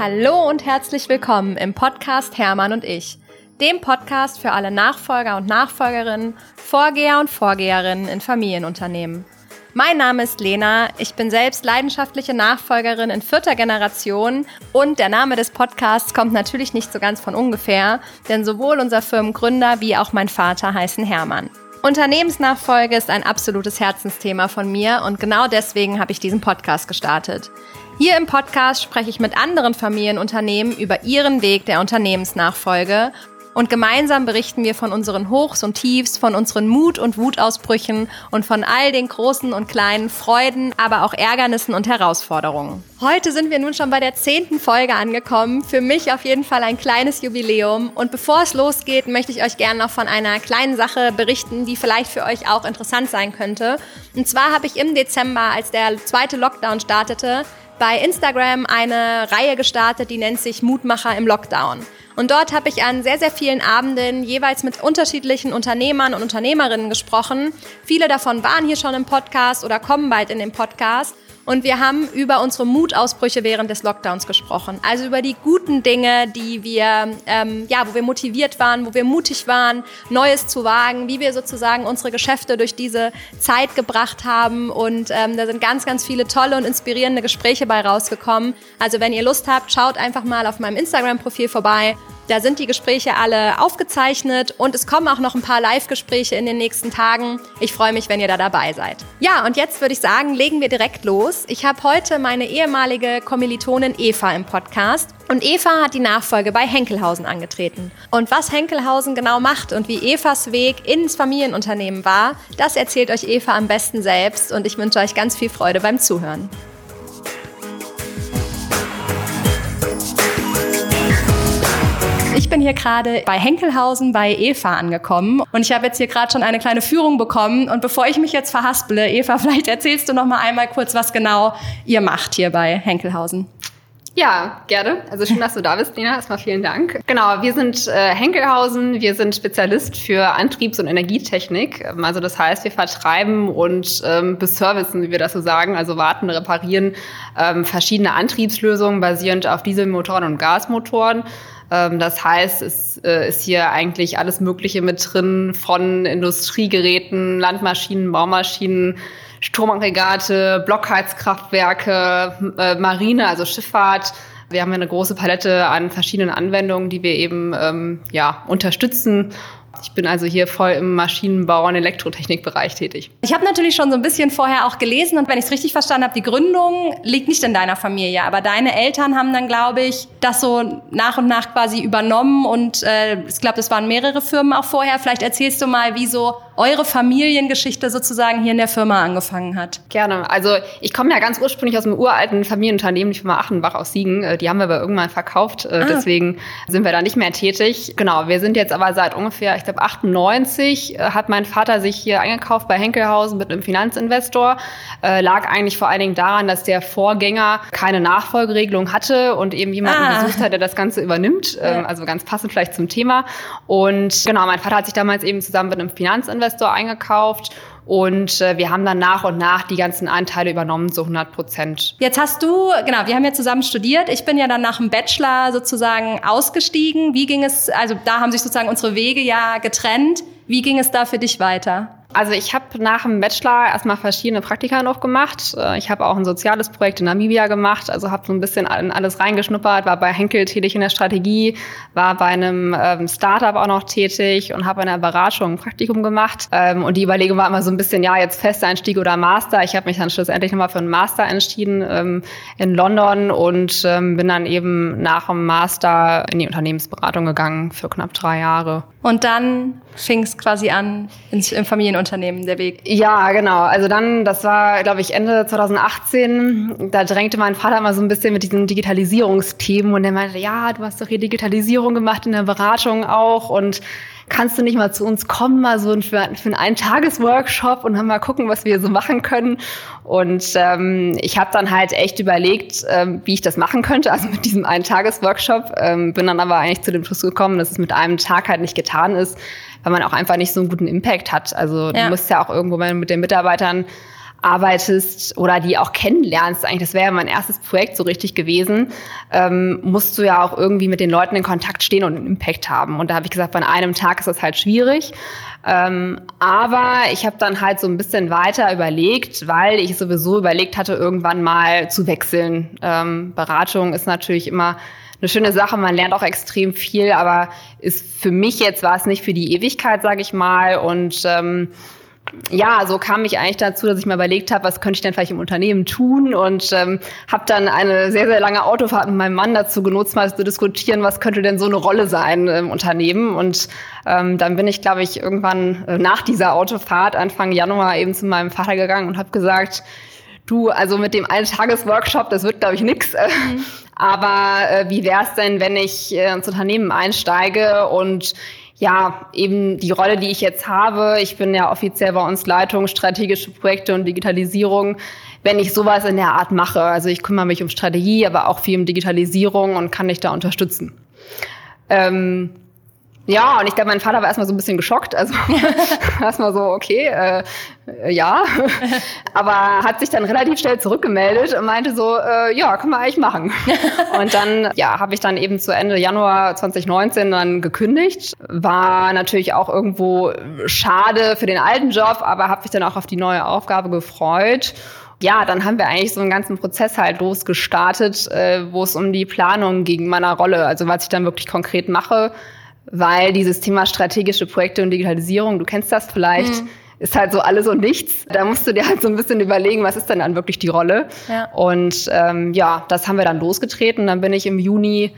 Hallo und herzlich willkommen im Podcast Hermann und ich, dem Podcast für alle Nachfolger und Nachfolgerinnen, Vorgeher und Vorgeherinnen in Familienunternehmen. Mein Name ist Lena, ich bin selbst leidenschaftliche Nachfolgerin in 4. Generation und der Name des Podcasts kommt natürlich nicht so ganz von ungefähr, denn sowohl unser Firmengründer wie auch mein Vater heißen Hermann. Unternehmensnachfolge ist ein absolutes Herzensthema von mir und genau deswegen habe ich diesen Podcast gestartet. Hier im Podcast spreche ich mit anderen Familienunternehmen über ihren Weg der Unternehmensnachfolge und gemeinsam berichten wir von unseren Hochs und Tiefs, von unseren Mut- und Wutausbrüchen und von all den großen und kleinen Freuden, aber auch Ärgernissen und Herausforderungen. Heute sind wir nun schon bei der 10. Folge angekommen. Für mich auf jeden Fall ein kleines Jubiläum. Und bevor es losgeht, möchte ich euch gerne noch von einer kleinen Sache berichten, die vielleicht für euch auch interessant sein könnte. Und zwar habe ich im Dezember, als der 2. Lockdown startete, bei Instagram eine Reihe gestartet, die nennt sich Mutmacher im Lockdown. Und dort habe ich an sehr, sehr vielen Abenden jeweils mit unterschiedlichen Unternehmern und Unternehmerinnen gesprochen. Viele davon waren hier schon im Podcast oder kommen bald in den Podcast. Und wir haben über unsere Mutausbrüche während des Lockdowns gesprochen. Also über die guten Dinge, die wir, wo wir motiviert waren, wo wir mutig waren, Neues zu wagen, wie wir sozusagen unsere Geschäfte durch diese Zeit gebracht haben. Und da sind ganz, ganz viele tolle und inspirierende Gespräche bei rausgekommen. Also wenn ihr Lust habt, schaut einfach mal auf meinem Instagram-Profil vorbei. Da sind die Gespräche alle aufgezeichnet und es kommen auch noch ein paar Live-Gespräche in den nächsten Tagen. Ich freue mich, wenn ihr da dabei seid. Ja, und jetzt würde ich sagen, legen wir direkt los. Ich habe heute meine ehemalige Kommilitonin Eva im Podcast. Und Eva hat die Nachfolge bei Henkelhausen angetreten. Und was Henkelhausen genau macht und wie Evas Weg ins Familienunternehmen war, das erzählt euch Eva am besten selbst. Und ich wünsche euch ganz viel Freude beim Zuhören. Ich bin hier gerade bei Henkelhausen bei Eva angekommen und ich habe jetzt hier gerade schon eine kleine Führung bekommen. Und bevor ich mich jetzt verhaspele, Eva, vielleicht erzählst du noch mal einmal kurz, was genau ihr macht hier bei Henkelhausen. Ja, gerne. Also schön, dass du da bist, Lena. Erstmal vielen Dank. Genau, wir sind Henkelhausen. Wir sind Spezialist für Antriebs- und Energietechnik. Also das heißt, wir vertreiben und beservicen, wie wir das so sagen, also warten, reparieren verschiedene Antriebslösungen basierend auf Dieselmotoren und Gasmotoren. Das heißt, es ist hier eigentlich alles Mögliche mit drin, von Industriegeräten, Landmaschinen, Baumaschinen, Stromaggregate, Blockheizkraftwerke, Marine, also Schifffahrt. Wir haben eine große Palette an verschiedenen Anwendungen, die wir eben unterstützen. Ich bin also hier voll im Maschinenbau- und Elektrotechnikbereich tätig. Ich habe natürlich schon so ein bisschen vorher auch gelesen und wenn ich es richtig verstanden habe, die Gründung liegt nicht in deiner Familie, aber deine Eltern haben dann, glaube ich, das so nach und nach quasi übernommen und ich glaube, das waren mehrere Firmen auch vorher. Vielleicht erzählst du mal, wie so eure Familiengeschichte sozusagen hier in der Firma angefangen hat. Gerne. Also ich komme ja ganz ursprünglich aus einem uralten Familienunternehmen, die Firma Achenbach aus Siegen. Die haben wir aber irgendwann verkauft, deswegen sind wir da nicht mehr tätig. Genau, wir sind jetzt aber seit ungefähr, ich glaube 98, hat mein Vater sich hier eingekauft bei Henkelhausen mit einem Finanzinvestor. Lag eigentlich vor allen Dingen daran, dass der Vorgänger keine Nachfolgeregelung hatte und eben jemanden gesucht hat, der das Ganze übernimmt. Also ganz passend vielleicht zum Thema. Und genau, mein Vater hat sich damals eben zusammen mit einem Finanzinvestor eingekauft und wir haben dann nach und nach die ganzen Anteile übernommen, so 100%. Jetzt hast du, genau, wir haben ja zusammen studiert. Ich bin ja dann nach dem Bachelor sozusagen ausgestiegen. Wie ging es, also da haben sich sozusagen unsere Wege ja getrennt. Wie ging es da für dich weiter? Also ich habe nach dem Bachelor erstmal verschiedene Praktika noch gemacht. Ich habe auch ein soziales Projekt in Namibia gemacht, also habe so ein bisschen in alles reingeschnuppert, war bei Henkel tätig in der Strategie, war bei einem Startup auch noch tätig und habe in der Beratung ein Praktikum gemacht. Und die Überlegung war immer so ein bisschen, ja, jetzt Festeinstieg oder Master. Ich habe mich dann schlussendlich nochmal für einen Master entschieden in London und bin dann eben nach dem Master in die Unternehmensberatung gegangen für knapp 3 Jahre. Und dann fing es quasi an im Familienunternehmen, der Weg. Ja, genau. Also dann, das war, glaube ich, Ende 2018, da drängte mein Vater mal so ein bisschen mit diesen Digitalisierungsthemen und der meinte, ja, du hast doch hier Digitalisierung gemacht in der Beratung auch und kannst du nicht mal zu uns kommen, mal so für einen Eintagesworkshop und dann mal gucken, was wir so machen können. Und ich habe dann halt echt überlegt, wie ich das machen könnte, also mit diesem Eintagesworkshop. Bin dann aber eigentlich zu dem Schluss gekommen, dass es mit einem Tag halt nicht getan ist, weil man auch einfach nicht so einen guten Impact hat. Also du musst ja auch irgendwo mit den Mitarbeitern arbeitest oder die auch kennenlernst, eigentlich, das wäre ja mein erstes Projekt so richtig gewesen, musst du ja auch irgendwie mit den Leuten in Kontakt stehen und einen Impact haben. Und da habe ich gesagt, bei einem Tag ist das halt schwierig. Aber ich habe dann halt so ein bisschen weiter überlegt, weil ich sowieso überlegt hatte, irgendwann mal zu wechseln. Beratung ist natürlich immer eine schöne Sache, man lernt auch extrem viel, aber ist für mich jetzt, war es nicht für die Ewigkeit, sage ich mal. Und ja, so kam ich eigentlich dazu, dass ich mir überlegt habe, was könnte ich denn vielleicht im Unternehmen tun, und habe dann eine sehr, sehr lange Autofahrt mit meinem Mann dazu genutzt, mal zu diskutieren, was könnte denn so eine Rolle sein im Unternehmen. Und dann bin ich, glaube ich, irgendwann nach dieser Autofahrt Anfang Januar eben zu meinem Vater gegangen und habe gesagt, du, also mit dem Ein-Tages-Workshop, das wird, glaube ich, nix. Aber wie wär's denn, wenn ich ins Unternehmen einsteige und ja, eben die Rolle, die ich jetzt habe, ich bin ja offiziell bei uns Leitung strategische Projekte und Digitalisierung, wenn ich sowas in der Art mache. Also ich kümmere mich um Strategie, aber auch viel um Digitalisierung und kann dich da unterstützen. Ja, und ich glaube, mein Vater war erstmal so ein bisschen geschockt. Also erstmal so, okay, ja. Aber hat sich dann relativ schnell zurückgemeldet und meinte so, ja, können wir eigentlich machen. Und dann, ja, habe ich dann eben zu Ende Januar 2019 dann gekündigt. War natürlich auch irgendwo schade für den alten Job, aber habe mich dann auch auf die neue Aufgabe gefreut. Ja, dann haben wir eigentlich so einen ganzen Prozess halt losgestartet, wo es um die Planung ging meiner Rolle, also was ich dann wirklich konkret mache. Weil dieses Thema strategische Projekte und Digitalisierung, du kennst das vielleicht, ist halt so alles und nichts. Da musst du dir halt so ein bisschen überlegen, was ist denn dann wirklich die Rolle? Ja. Und ja, das haben wir dann losgetreten. Dann bin ich im Juni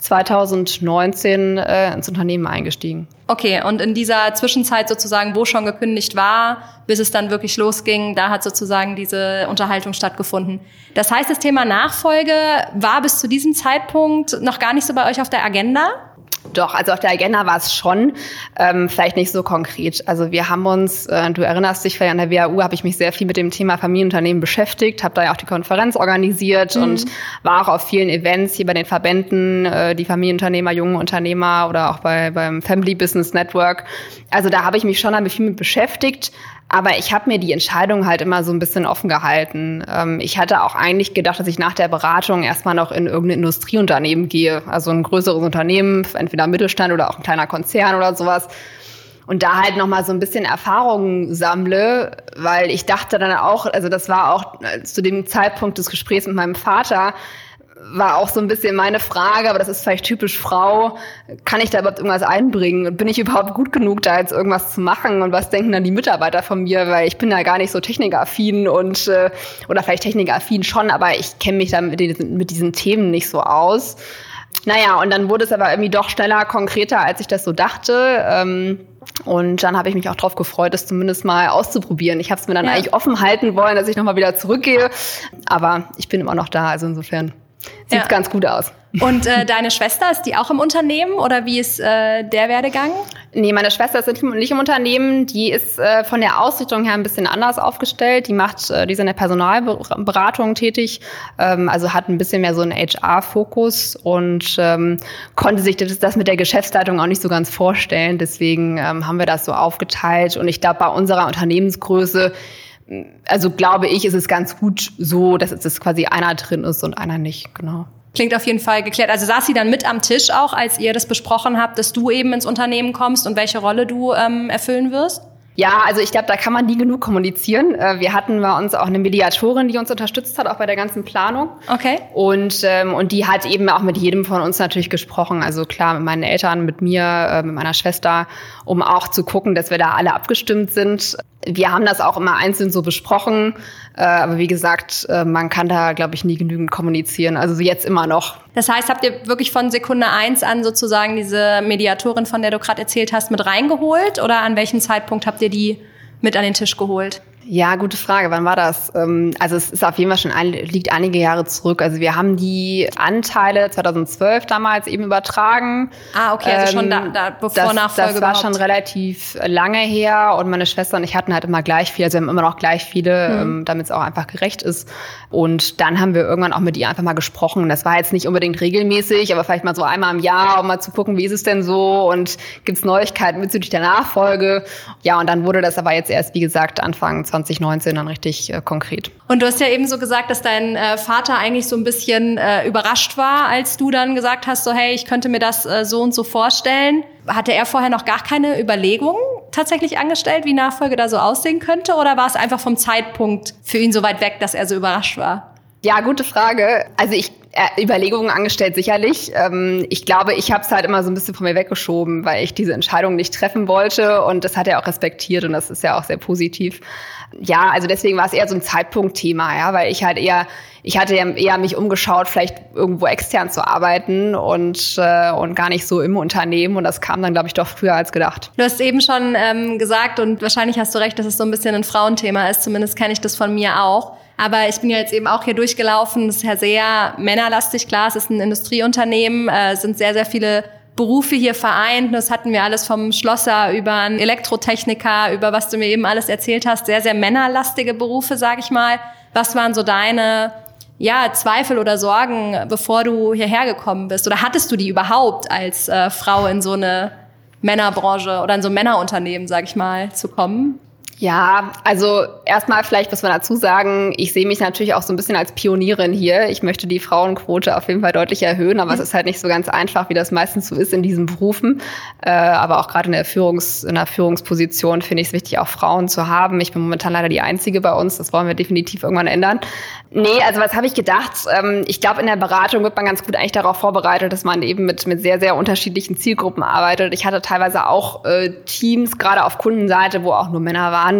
2019 ins Unternehmen eingestiegen. Okay, und in dieser Zwischenzeit sozusagen, wo schon gekündigt war, bis es dann wirklich losging, da hat sozusagen diese Unterhaltung stattgefunden. Das heißt, das Thema Nachfolge war bis zu diesem Zeitpunkt noch gar nicht so bei euch auf der Agenda? Doch, also auf der Agenda war es schon, vielleicht nicht so konkret. Also wir haben uns, du erinnerst dich, an der WHU habe ich mich sehr viel mit dem Thema Familienunternehmen beschäftigt, habe da ja auch die Konferenz organisiert und war auch auf vielen Events hier bei den Verbänden, die Familienunternehmer, junge Unternehmer oder auch beim Family Business Network. Also da habe ich mich schon viel mit beschäftigt. Aber ich habe mir die Entscheidung halt immer so ein bisschen offen gehalten. Ich hatte auch eigentlich gedacht, dass ich nach der Beratung erstmal noch in irgendein Industrieunternehmen gehe. Also ein größeres Unternehmen, entweder Mittelstand oder auch ein kleiner Konzern oder sowas. Und da halt nochmal so ein bisschen Erfahrungen sammle, weil ich dachte dann auch, also das war auch zu dem Zeitpunkt des Gesprächs mit meinem Vater, war auch so ein bisschen meine Frage, aber das ist vielleicht typisch Frau, kann ich da überhaupt irgendwas einbringen? Bin ich überhaupt gut genug, da jetzt irgendwas zu machen? Und was denken dann die Mitarbeiter von mir? Weil ich bin ja gar nicht so technikaffin und oder vielleicht technikaffin schon, aber ich kenne mich da mit diesen Themen nicht so aus. Naja, und dann wurde es aber irgendwie doch schneller, konkreter, als ich das so dachte. Und dann habe ich mich auch drauf gefreut, das zumindest mal auszuprobieren. Ich habe es mir dann eigentlich offen halten wollen, dass ich nochmal wieder zurückgehe. Aber ich bin immer noch da, also insofern sieht's ganz gut aus. Und deine Schwester, ist die auch im Unternehmen oder wie ist der Werdegang? Nee, meine Schwester ist nicht im Unternehmen. Die ist von der Ausrichtung her ein bisschen anders aufgestellt. Die ist in der Personalberatung tätig, also hat ein bisschen mehr so einen HR-Fokus und konnte sich das mit der Geschäftsleitung auch nicht so ganz vorstellen. Deswegen haben wir das so aufgeteilt. Und ich glaube, bei unserer Unternehmensgröße, also glaube ich, ist es ganz gut so, dass es quasi einer drin ist und einer nicht, genau. Klingt auf jeden Fall geklärt. Also saß sie dann mit am Tisch auch, als ihr das besprochen habt, dass du eben ins Unternehmen kommst und welche Rolle du erfüllen wirst? Ja, also ich glaube, da kann man nie genug kommunizieren. Wir hatten bei uns auch eine Mediatorin, die uns unterstützt hat, auch bei der ganzen Planung. Okay. Und die hat eben auch mit jedem von uns natürlich gesprochen. Also klar, mit meinen Eltern, mit mir, mit meiner Schwester, um auch zu gucken, dass wir da alle abgestimmt sind. Wir haben das auch immer einzeln so besprochen. Aber wie gesagt, man kann da, glaube ich, nie genügend kommunizieren. Also jetzt immer noch. Das heißt, habt ihr wirklich von Sekunde 1 an sozusagen diese Mediatorin, von der du gerade erzählt hast, mit reingeholt? Oder an welchem Zeitpunkt habt ihr die mit an den Tisch geholt? Ja, gute Frage. Wann war das? Also es ist auf jeden Fall schon liegt einige Jahre zurück. Also wir haben die Anteile 2012 damals eben übertragen. Ah, okay, also schon bevor Nachfolge das war schon relativ lange her und meine Schwester und ich hatten halt immer gleich viel, also wir haben immer noch gleich viele, damit es auch einfach gerecht ist. Und dann haben wir irgendwann auch mit ihr einfach mal gesprochen. Das war jetzt nicht unbedingt regelmäßig, aber vielleicht mal so einmal im Jahr, um mal zu gucken, wie ist es denn so und gibt's Neuigkeiten bezüglich der Nachfolge. Ja, und dann wurde das aber jetzt erst, wie gesagt, Anfang 2019 dann richtig konkret. Und du hast ja eben so gesagt, dass dein Vater eigentlich so ein bisschen überrascht war, als du dann gesagt hast, so hey, ich könnte mir das so und so vorstellen. Hatte er vorher noch gar keine Überlegungen tatsächlich angestellt, wie Nachfolge da so aussehen könnte? Oder war es einfach vom Zeitpunkt für ihn so weit weg, dass er so überrascht war? Ja, gute Frage. Also Überlegungen angestellt sicherlich. Ich glaube, ich habe es halt immer so ein bisschen von mir weggeschoben, weil ich diese Entscheidung nicht treffen wollte und das hat er auch respektiert und das ist ja auch sehr positiv. Ja, also deswegen war es eher so ein Zeitpunktthema, ja, weil ich hatte eher mich umgeschaut, vielleicht irgendwo extern zu arbeiten und gar nicht so im Unternehmen und das kam dann, glaube ich, doch früher als gedacht. Du hast eben schon gesagt und wahrscheinlich hast du recht, dass es so ein bisschen ein Frauenthema ist, zumindest kenne ich das von mir auch. Aber ich bin ja jetzt eben auch hier durchgelaufen, das ist ja sehr männerlastig, klar, es ist ein Industrieunternehmen, es sind sehr, sehr viele Berufe hier vereint. Das hatten wir alles vom Schlosser über einen Elektrotechniker, über was du mir eben alles erzählt hast, sehr, sehr männerlastige Berufe, sag ich mal. Was waren so deine Zweifel oder Sorgen, bevor du hierher gekommen bist? Oder hattest du die überhaupt als Frau in so eine Männerbranche oder in so ein Männerunternehmen, sag ich mal, zu kommen? Ja, also erstmal vielleicht muss man dazu sagen, ich sehe mich natürlich auch so ein bisschen als Pionierin hier. Ich möchte die Frauenquote auf jeden Fall deutlich erhöhen, aber es ist halt nicht so ganz einfach, wie das meistens so ist in diesen Berufen. Aber auch gerade in der Führungsposition finde ich es wichtig, auch Frauen zu haben. Ich bin momentan leider die Einzige bei uns. Das wollen wir definitiv irgendwann ändern. Nee, also was habe ich gedacht? Ich glaube, in der Beratung wird man ganz gut eigentlich darauf vorbereitet, dass man eben mit sehr, sehr unterschiedlichen Zielgruppen arbeitet. Ich hatte teilweise auch Teams, gerade auf Kundenseite, wo auch nur Männer waren.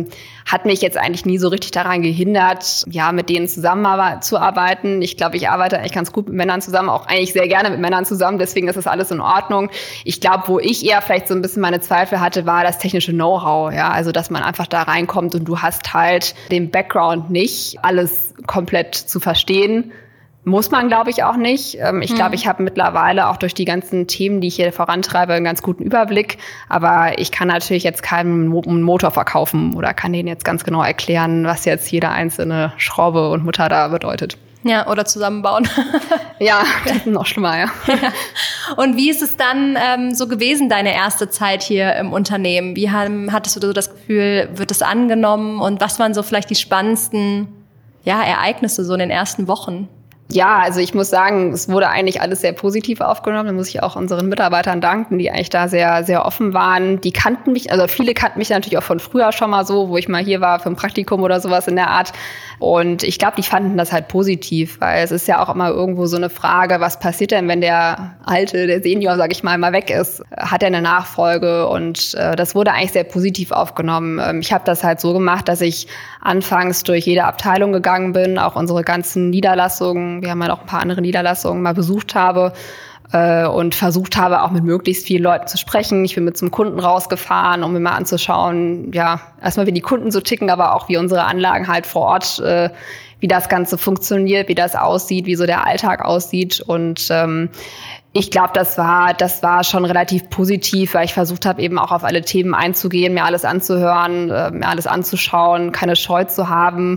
Hat mich jetzt eigentlich nie so richtig daran gehindert, ja, mit denen zusammenzuarbeiten. Ich glaube, ich arbeite eigentlich ganz gut mit Männern zusammen, auch eigentlich sehr gerne mit Männern zusammen, deswegen ist das alles in Ordnung. Ich glaube, wo ich eher vielleicht so ein bisschen meine Zweifel hatte, war das technische Know-how, ja, also dass man einfach da reinkommt und du hast halt den Background nicht, alles komplett zu verstehen. Muss man, glaube ich, auch nicht. Ich glaube, ich habe mittlerweile auch durch die ganzen Themen, die ich hier vorantreibe, einen ganz guten Überblick. Aber ich kann natürlich jetzt keinen Motor verkaufen oder kann denen jetzt ganz genau erklären, was jetzt jede einzelne Schraube und Mutter da bedeutet. Ja, oder zusammenbauen. Ja, das ist noch schlimmer, ja. Und wie ist es dann so gewesen, deine erste Zeit hier im Unternehmen? Wie hattest du so das Gefühl, wird es angenommen? Und was waren so vielleicht die spannendsten Ereignisse so in den ersten Wochen? Ja, also ich muss sagen, es wurde eigentlich alles sehr positiv aufgenommen. Da muss ich auch unseren Mitarbeitern danken, die eigentlich da sehr, sehr offen waren. Die kannten mich, also viele kannten mich natürlich auch von früher schon mal so, wo ich mal hier war für ein Praktikum oder sowas in der Art. Und ich glaube, die fanden das halt positiv, weil es ist ja auch immer irgendwo so eine Frage, was passiert denn, wenn der Senior, sag ich mal weg ist? Hat er eine Nachfolge? Und das wurde eigentlich sehr positiv aufgenommen. Ich habe das halt so gemacht, dass ich anfangs durch jede Abteilung gegangen bin, auch unsere ganzen Niederlassungen, wir haben ja noch ein paar andere Niederlassungen mal besucht habe und versucht habe, auch mit möglichst vielen Leuten zu sprechen. Ich bin mit zum Kunden rausgefahren, um mir mal anzuschauen, ja, erstmal wie die Kunden so ticken, aber auch wie unsere Anlagen halt vor Ort, wie das Ganze funktioniert, wie das aussieht, wie so der Alltag aussieht. Und ich glaube, das war schon relativ positiv, weil ich versucht habe, eben auch auf alle Themen einzugehen, mir alles anzuhören, mir alles anzuschauen, keine Scheu zu haben.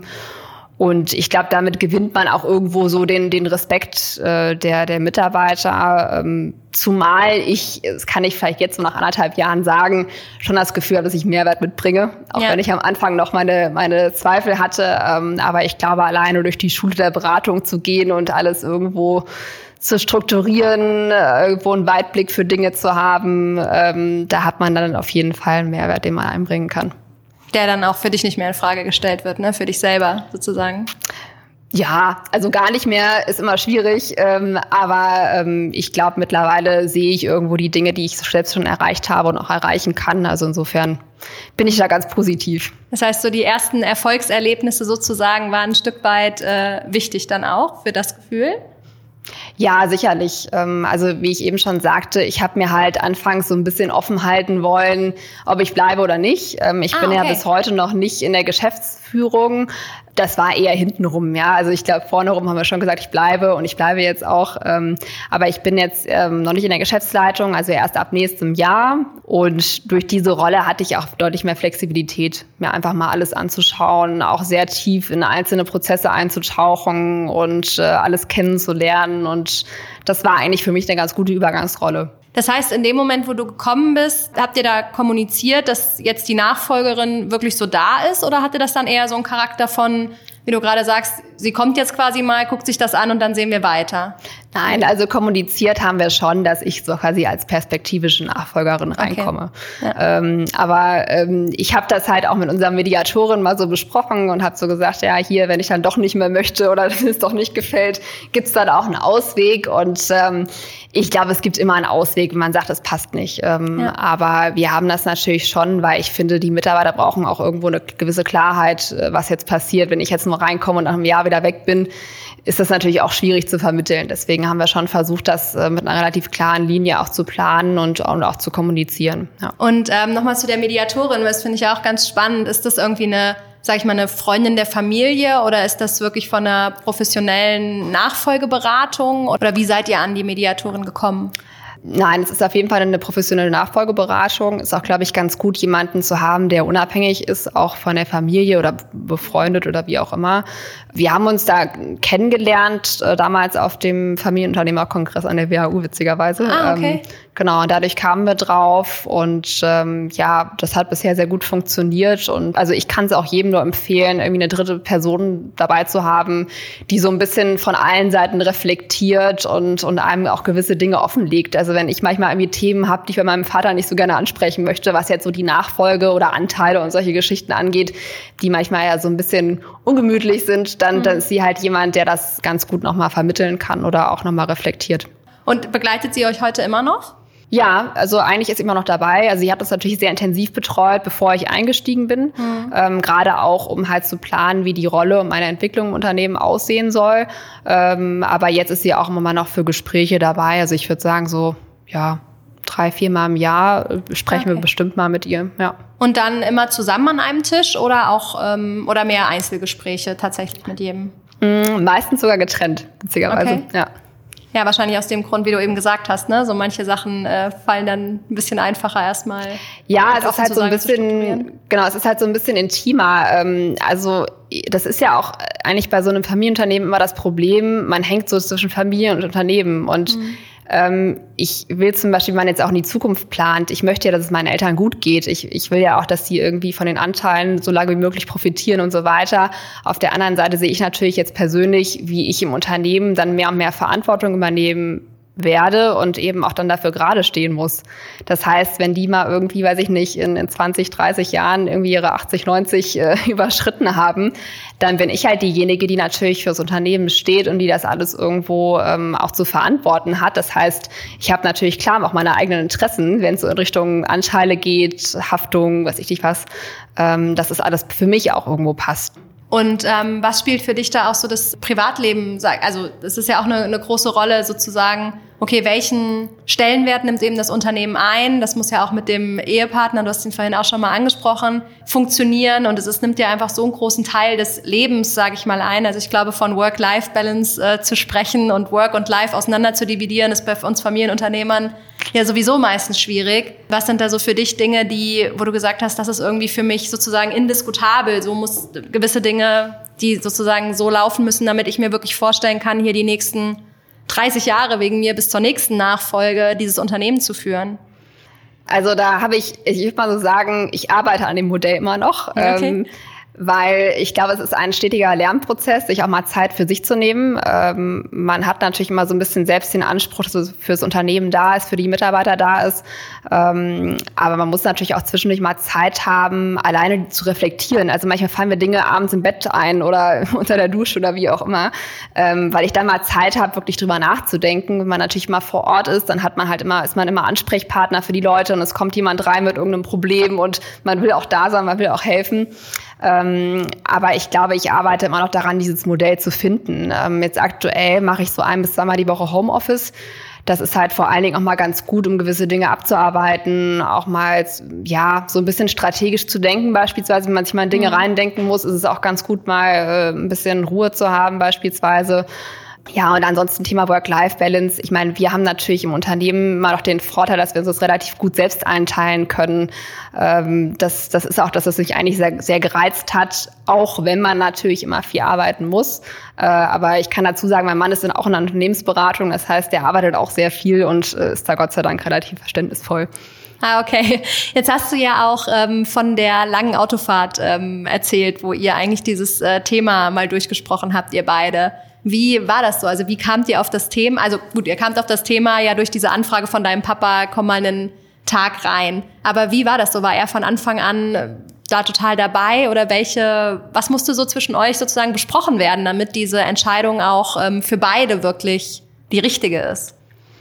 Und ich glaube, damit gewinnt man auch irgendwo so den Respekt der Mitarbeiter. Zumal das kann ich vielleicht jetzt so nach 1,5 Jahren sagen, schon das Gefühl habe, dass ich Mehrwert mitbringe. Auch wenn ich am Anfang noch meine Zweifel hatte. Aber ich glaube, alleine durch die Schule der Beratung zu gehen und alles irgendwo zu strukturieren, irgendwo einen Weitblick für Dinge zu haben, da hat man dann auf jeden Fall einen Mehrwert, den man einbringen kann. Der dann auch für dich nicht mehr in Frage gestellt wird, ne? Für dich selber sozusagen. Ja, also gar nicht mehr ist immer schwierig, aber ich glaube, mittlerweile sehe ich irgendwo die Dinge, die ich selbst schon erreicht habe und auch erreichen kann. Also insofern bin ich da ganz positiv. Das heißt, so die ersten Erfolgserlebnisse sozusagen waren ein Stück weit wichtig dann auch für das Gefühl? Ja, sicherlich. Also wie ich eben schon sagte, ich habe mir halt anfangs so ein bisschen offen halten wollen, ob ich bleibe oder nicht. Ich bin ja bis heute noch nicht in der Geschäftsführung. Das war eher hintenrum, ja. Also ich glaube, vorne rum haben wir schon gesagt, ich bleibe und ich bleibe jetzt auch. Aber ich bin jetzt noch nicht in der Geschäftsleitung, also erst ab nächstem Jahr. Und durch diese Rolle hatte ich auch deutlich mehr Flexibilität, mir einfach mal alles anzuschauen, auch sehr tief in einzelne Prozesse einzutauchen und alles kennenzulernen. Und das war eigentlich für mich eine ganz gute Übergangsrolle. Das heißt, in dem Moment, wo du gekommen bist, habt ihr da kommuniziert, dass jetzt die Nachfolgerin wirklich so da ist? Oder hatte das dann eher so einen Charakter von, wie du gerade sagst, sie kommt jetzt quasi mal, guckt sich das an und dann sehen wir weiter? Nein, also kommuniziert haben wir schon, dass ich so quasi als perspektivische Nachfolgerin reinkomme. Okay. Ja. Aber ich habe das halt auch mit unserer Mediatorin mal so besprochen und habe so gesagt, ja, hier, wenn ich dann doch nicht mehr möchte oder es doch nicht gefällt, gibt's dann auch einen Ausweg. Und ich glaube, es gibt immer einen Ausweg, wenn man sagt, es passt nicht. Aber wir haben das natürlich schon, weil ich finde, die Mitarbeiter brauchen auch irgendwo eine gewisse Klarheit, was jetzt passiert. Wenn ich jetzt nur reinkomme und nach einem Jahr wieder weg bin, ist das natürlich auch schwierig zu vermitteln. Deswegen haben wir schon versucht, das mit einer relativ klaren Linie auch zu planen und auch zu kommunizieren. Ja. Und nochmal zu der Mediatorin, das finde ich ja auch ganz spannend. Ist das irgendwie eine Freundin der Familie oder ist das wirklich von einer professionellen Nachfolgeberatung? Oder wie seid ihr an die Mediatorin gekommen? Nein, es ist auf jeden Fall eine professionelle Nachfolgeberatung. Ist auch, glaube ich, ganz gut, jemanden zu haben, der unabhängig ist, auch von der Familie oder befreundet oder wie auch immer. Wir haben uns da kennengelernt, damals auf dem Familienunternehmerkongress an der WHU, witzigerweise. Okay. Genau, und dadurch kamen wir drauf und das hat bisher sehr gut funktioniert. Und also ich kann es auch jedem nur empfehlen, irgendwie eine dritte Person dabei zu haben, die so ein bisschen von allen Seiten reflektiert und einem auch gewisse Dinge offenlegt. Also wenn ich manchmal irgendwie Themen habe, die ich bei meinem Vater nicht so gerne ansprechen möchte, was jetzt so die Nachfolge oder Anteile und solche Geschichten angeht, die manchmal ja so ein bisschen ungemütlich sind, dann ist sie halt jemand, der das ganz gut nochmal vermitteln kann oder auch nochmal reflektiert. Und begleitet sie euch heute immer noch? Ja, also eigentlich ist sie immer noch dabei. Also sie hat das natürlich sehr intensiv betreut, bevor ich eingestiegen bin. Gerade auch, um halt zu planen, wie die Rolle und meine Entwicklung im Unternehmen aussehen soll. Aber jetzt ist sie auch immer noch für Gespräche dabei. Also ich würde sagen so, 3-4 Mal im Jahr sprechen wir bestimmt mal mit ihr. Ja. Und dann immer zusammen an einem Tisch oder auch oder mehr Einzelgespräche tatsächlich mit jedem? Meistens sogar getrennt, witzigerweise. Okay. Ja. Ja, wahrscheinlich aus dem Grund, wie du eben gesagt hast, ne? So manche Sachen fallen dann ein bisschen einfacher erstmal. Ja, es ist halt so ein bisschen, genau, es ist halt so ein bisschen intimer. Also das ist ja auch eigentlich bei so einem Familienunternehmen immer das Problem, man hängt so zwischen Familie und Unternehmen und ich will zum Beispiel, wenn man jetzt auch in die Zukunft plant, ich möchte ja, dass es meinen Eltern gut geht. Ich will ja auch, dass die irgendwie von den Anteilen so lange wie möglich profitieren und so weiter. Auf der anderen Seite sehe ich natürlich jetzt persönlich, wie ich im Unternehmen dann mehr und mehr Verantwortung übernehmen werde und eben auch dann dafür gerade stehen muss. Das heißt, wenn die mal irgendwie, weiß ich nicht, in 20, 30 Jahren irgendwie ihre 80, 90 überschritten haben, dann bin ich halt diejenige, die natürlich fürs Unternehmen steht und die das alles irgendwo auch zu verantworten hat. Das heißt, ich habe natürlich klar auch meine eigenen Interessen, wenn es so in Richtung Anteile geht, Haftung, weiß ich nicht was, dass es alles für mich auch irgendwo passt. Und was spielt für dich da auch so das Privatleben? Also das ist ja auch eine große Rolle sozusagen. Okay, welchen Stellenwert nimmt eben das Unternehmen ein? Das muss ja auch mit dem Ehepartner, du hast ihn vorhin auch schon mal angesprochen, funktionieren. Und es nimmt ja einfach so einen großen Teil des Lebens, sage ich mal, ein. Also ich glaube, von Work-Life-Balance zu sprechen und Work und Life auseinander zu dividieren, ist bei uns Familienunternehmern ja sowieso meistens schwierig. Was sind da so für dich Dinge, wo du gesagt hast, das ist irgendwie für mich sozusagen indiskutabel? So muss gewisse Dinge, die sozusagen so laufen müssen, damit ich mir wirklich vorstellen kann, hier die nächsten 30 Jahre wegen mir bis zur nächsten Nachfolge dieses Unternehmen zu führen? Also da habe ich würde mal so sagen, ich arbeite an dem Modell immer noch. Okay. Weil ich glaube, es ist ein stetiger Lernprozess, sich auch mal Zeit für sich zu nehmen. Man hat natürlich immer so ein bisschen selbst den Anspruch, dass es fürs Unternehmen da ist, für die Mitarbeiter da ist. Aber man muss natürlich auch zwischendurch mal Zeit haben, alleine zu reflektieren. Also manchmal fallen mir Dinge abends im Bett ein oder unter der Dusche oder wie auch immer, weil ich dann mal Zeit habe, wirklich drüber nachzudenken. Wenn man natürlich mal vor Ort ist, dann ist man immer Ansprechpartner für die Leute und es kommt jemand rein mit irgendeinem Problem und man will auch da sein, man will auch helfen. Aber ich glaube, ich arbeite immer noch daran, dieses Modell zu finden. Jetzt aktuell mache ich so 1 bis 2 Mal die Woche Homeoffice. Das ist halt vor allen Dingen auch mal ganz gut, um gewisse Dinge abzuarbeiten, auch mal so ein bisschen strategisch zu denken beispielsweise. Wenn man sich mal in Dinge reindenken muss, ist es auch ganz gut, mal ein bisschen Ruhe zu haben beispielsweise. Ja, und ansonsten Thema Work-Life-Balance. Ich meine, wir haben natürlich im Unternehmen immer noch den Vorteil, dass wir uns das relativ gut selbst einteilen können. Das ist auch das, was mich eigentlich sehr, sehr gereizt hat, auch wenn man natürlich immer viel arbeiten muss. Aber ich kann dazu sagen, mein Mann ist dann auch in der Unternehmensberatung. Das heißt, der arbeitet auch sehr viel und ist da Gott sei Dank relativ verständnisvoll. Ah, okay. Jetzt hast du ja auch von der langen Autofahrt erzählt, wo ihr eigentlich dieses Thema mal durchgesprochen habt, ihr beide. Wie war das so? Also wie kamt ihr auf das Thema? Also gut, ihr kamt auf das Thema ja durch diese Anfrage von deinem Papa, komm mal einen Tag rein. Aber wie war das so? War er von Anfang an da total dabei? Oder was musste so zwischen euch sozusagen besprochen werden, damit diese Entscheidung auch für beide wirklich die richtige ist?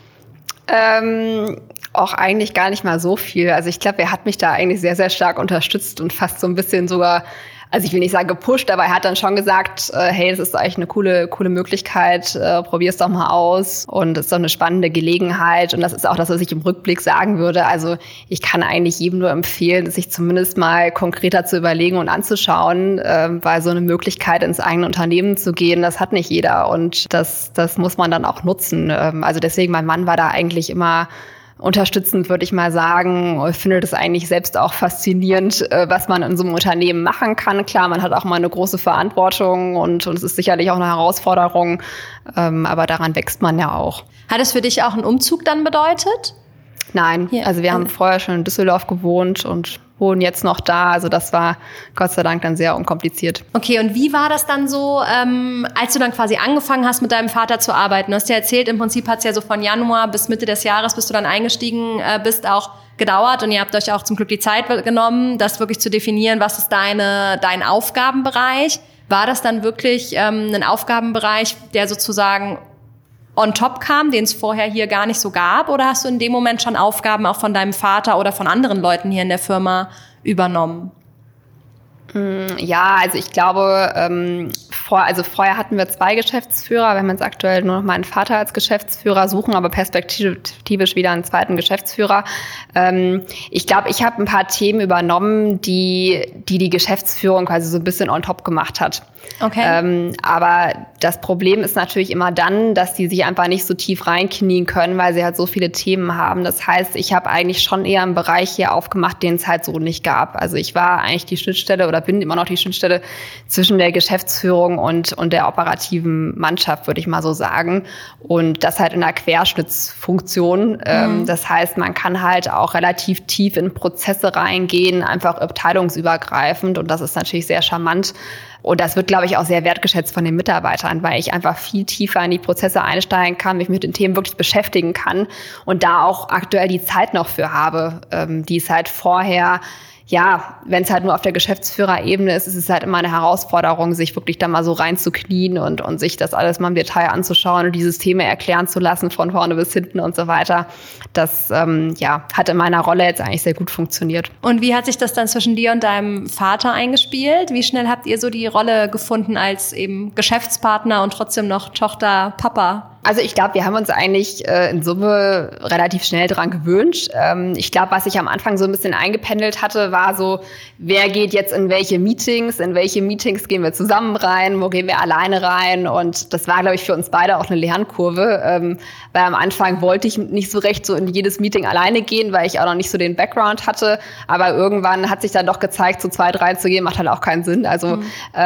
Auch eigentlich gar nicht mal so viel. Also ich glaube, er hat mich da eigentlich sehr, sehr stark unterstützt und fast so ein bisschen sogar, also ich will nicht sagen gepusht, aber er hat dann schon gesagt, hey, das ist eigentlich eine coole Möglichkeit, probier's doch mal aus und es ist doch eine spannende Gelegenheit und das ist auch das, was ich im Rückblick sagen würde. Also ich kann eigentlich jedem nur empfehlen, sich zumindest mal konkreter zu überlegen und anzuschauen, weil so eine Möglichkeit ins eigene Unternehmen zu gehen, das hat nicht jeder und das muss man dann auch nutzen. Also deswegen, mein Mann war da eigentlich immer unterstützend, würde ich mal sagen. Ich finde das eigentlich selbst auch faszinierend, was man in so einem Unternehmen machen kann. Klar, man hat auch mal eine große Verantwortung und es ist sicherlich auch eine Herausforderung, aber daran wächst man ja auch. Hat es für dich auch einen Umzug dann bedeutet? Nein, also wir haben vorher schon in Düsseldorf gewohnt und wohnen jetzt noch da. Also das war Gott sei Dank dann sehr unkompliziert. Okay, und wie war das dann so, als du dann quasi angefangen hast, mit deinem Vater zu arbeiten? Du hast ja erzählt, im Prinzip hat es ja so von Januar bis Mitte des Jahres, bis du dann eingestiegen bist, auch gedauert. Und ihr habt euch auch zum Glück die Zeit genommen, das wirklich zu definieren, was ist dein Aufgabenbereich? War das dann wirklich ein Aufgabenbereich, der sozusagen on top kam, den es vorher hier gar nicht so gab? Oder hast du in dem Moment schon Aufgaben auch von deinem Vater oder von anderen Leuten hier in der Firma übernommen? Ja, also ich glaube, vorher hatten wir 2 Geschäftsführer. Wir haben jetzt aktuell nur noch meinen Vater als Geschäftsführer, suchen aber perspektivisch wieder einen zweiten Geschäftsführer. Ich glaube, ich habe ein paar Themen übernommen, die Geschäftsführung quasi so ein bisschen on top gemacht hat. Okay. Aber das Problem ist natürlich immer dann, dass die sich einfach nicht so tief reinknien können, weil sie halt so viele Themen haben. Das heißt, ich habe eigentlich schon eher einen Bereich hier aufgemacht, den es halt so nicht gab. Also ich war eigentlich die Schnittstelle oder bin immer noch die Schnittstelle zwischen der Geschäftsführung und der operativen Mannschaft, würde ich mal so sagen. Und das halt in einer Querschnittsfunktion. Das heißt, man kann halt auch relativ tief in Prozesse reingehen, einfach abteilungsübergreifend. Und das ist natürlich sehr charmant. Und das wird, glaube ich, auch sehr wertgeschätzt von den Mitarbeitern, weil ich einfach viel tiefer in die Prozesse einsteigen kann, mich mit den Themen wirklich beschäftigen kann und da auch aktuell die Zeit noch für habe, die es halt vorher, ja, wenn es halt nur auf der Geschäftsführerebene ist, ist es halt immer eine Herausforderung, sich wirklich da mal so reinzuknien und sich das alles mal im Detail anzuschauen und die Systeme erklären zu lassen von vorne bis hinten und so weiter. Das hat in meiner Rolle jetzt eigentlich sehr gut funktioniert. Und wie hat sich das dann zwischen dir und deinem Vater eingespielt? Wie schnell habt ihr so die Rolle gefunden als eben Geschäftspartner und trotzdem noch Tochter, Papa? Also ich glaube, wir haben uns eigentlich in Summe relativ schnell dran gewöhnt. Ich glaube, was ich am Anfang so ein bisschen eingependelt hatte, war so, wer geht jetzt in welche Meetings gehen wir zusammen rein, wo gehen wir alleine rein? Und das war, glaube ich, für uns beide auch eine Lernkurve, weil am Anfang wollte ich nicht so recht so in jedes Meeting alleine gehen, weil ich auch noch nicht so den Background hatte. Aber irgendwann hat sich dann doch gezeigt, zu 2, 3 zu gehen, macht halt auch keinen Sinn. Also ich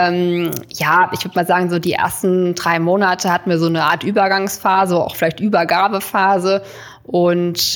würde mal sagen, so die ersten 3 Monate hatten wir so eine Art Übergangsphase, auch vielleicht Übergabephase. Und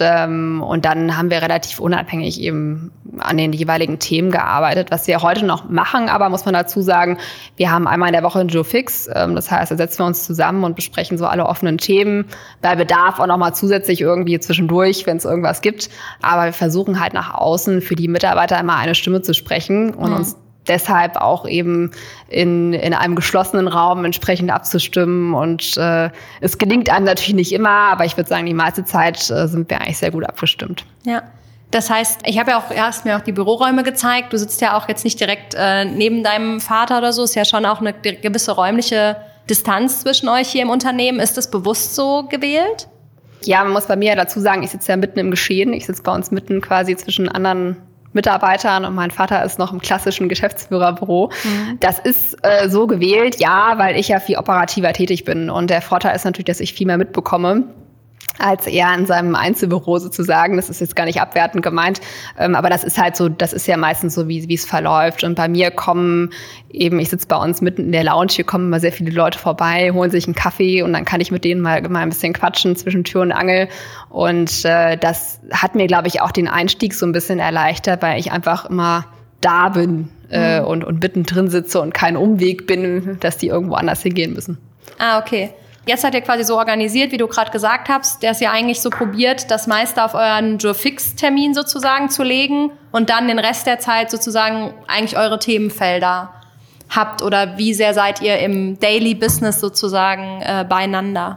dann haben wir relativ unabhängig eben an den jeweiligen Themen gearbeitet, was wir heute noch machen. Aber muss man dazu sagen, wir haben einmal in der Woche einen Joe Fix. Das heißt, da setzen wir uns zusammen und besprechen so alle offenen Themen. Bei Bedarf auch nochmal zusätzlich irgendwie zwischendurch, wenn es irgendwas gibt. Aber wir versuchen halt nach außen für die Mitarbeiter immer eine Stimme zu sprechen und uns deshalb auch eben in einem geschlossenen Raum entsprechend abzustimmen. Und es gelingt einem natürlich nicht immer, aber ich würde sagen, die meiste Zeit sind wir eigentlich sehr gut abgestimmt. Ja. Das heißt, hast mir auch die Büroräume gezeigt. Du sitzt ja auch jetzt nicht direkt neben deinem Vater oder so. Ist ja schon auch eine gewisse räumliche Distanz zwischen euch hier im Unternehmen. Ist das bewusst so gewählt? Ja, man muss bei mir ja dazu sagen, ich sitze ja mitten im Geschehen. Ich sitze bei uns mitten quasi zwischen anderen Mitarbeitern und mein Vater ist noch im klassischen Geschäftsführerbüro. Das ist so gewählt, ja, weil ich ja viel operativer tätig bin. Und der Vorteil ist natürlich, dass ich viel mehr mitbekomme als er in seinem Einzelbüro sozusagen. Das ist jetzt gar nicht abwertend gemeint, aber das ist halt so, das ist ja meistens so, wie es verläuft. Und bei mir kommen eben, ich sitze bei uns mitten in der Lounge, hier kommen immer sehr viele Leute vorbei, holen sich einen Kaffee und dann kann ich mit denen mal ein bisschen quatschen zwischen Tür und Angel. Und das hat mir, glaube ich, auch den Einstieg so ein bisschen erleichtert, weil ich einfach immer da bin und mittendrin sitze und kein Umweg bin, dass die irgendwo anders hingehen müssen. Ah, okay. Jetzt seid ihr quasi so organisiert, wie du gerade gesagt hast, dass ihr eigentlich so probiert, das meiste auf euren Jour-Fix-Termin sozusagen zu legen und dann den Rest der Zeit sozusagen eigentlich eure Themenfelder habt. Oder wie sehr seid ihr im Daily Business sozusagen beieinander?